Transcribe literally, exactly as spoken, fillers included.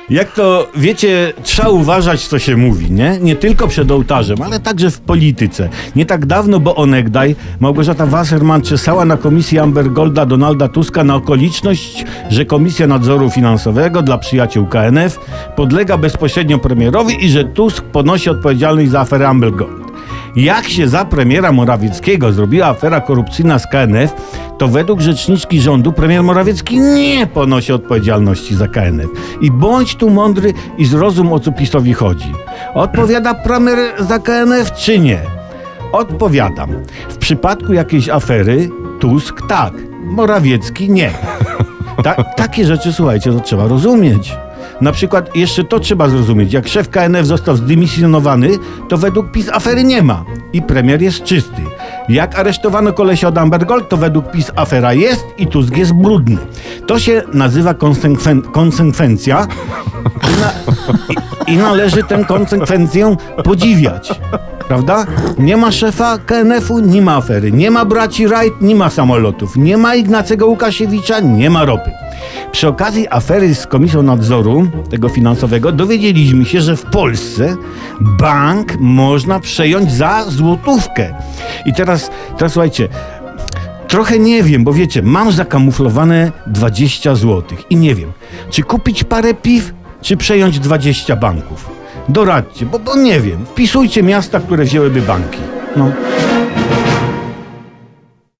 Jak to, wiecie, trzeba uważać, co się mówi, nie? Nie tylko przed ołtarzem, ale także w polityce. Nie tak dawno, bo onegdaj, Małgorzata Wasserman czesała na komisji Amber Golda Donalda Tuska na okoliczność, że Komisja Nadzoru Finansowego dla przyjaciół K N F podlega bezpośrednio premierowi i że Tusk ponosi odpowiedzialność za aferę Amber Gold. Jak się za premiera Morawieckiego zrobiła afera korupcyjna z K N F, to według rzeczniczki rządu premier Morawiecki nie ponosi odpowiedzialności za K N F. I bądź tu mądry i zrozum, o co PiS-owi chodzi. Odpowiada premier za K N F czy nie? Odpowiadam. W przypadku jakiejś afery Tusk tak, Morawiecki nie. Ta, takie rzeczy, słuchajcie, to trzeba rozumieć. Na przykład jeszcze to trzeba zrozumieć. Jak szef K N F został zdymisjonowany, to według PiS afery nie ma i premier jest czysty. Jak aresztowano kolesia od Amber Gold, to według PiS afera jest i Tusk jest brudny. To się nazywa konsekwen- konsekwencja i, na, i, i należy tę konsekwencję podziwiać. Prawda? Nie ma szefa K N F-u, nie ma afery. Nie ma braci Wright, nie ma samolotów. Nie ma Ignacego Łukasiewicza, nie ma ropy. Przy okazji afery z Komisją Nadzoru tego finansowego dowiedzieliśmy się, że w Polsce bank można przejąć za złotówkę. I teraz, teraz słuchajcie, trochę nie wiem, bo wiecie, mam zakamuflowane dwadzieścia złotych i nie wiem, czy kupić parę piw, czy przejąć dwadzieścia banków. Doradźcie, bo, bo nie wiem. Wpisujcie miasta, które wzięłyby banki. No.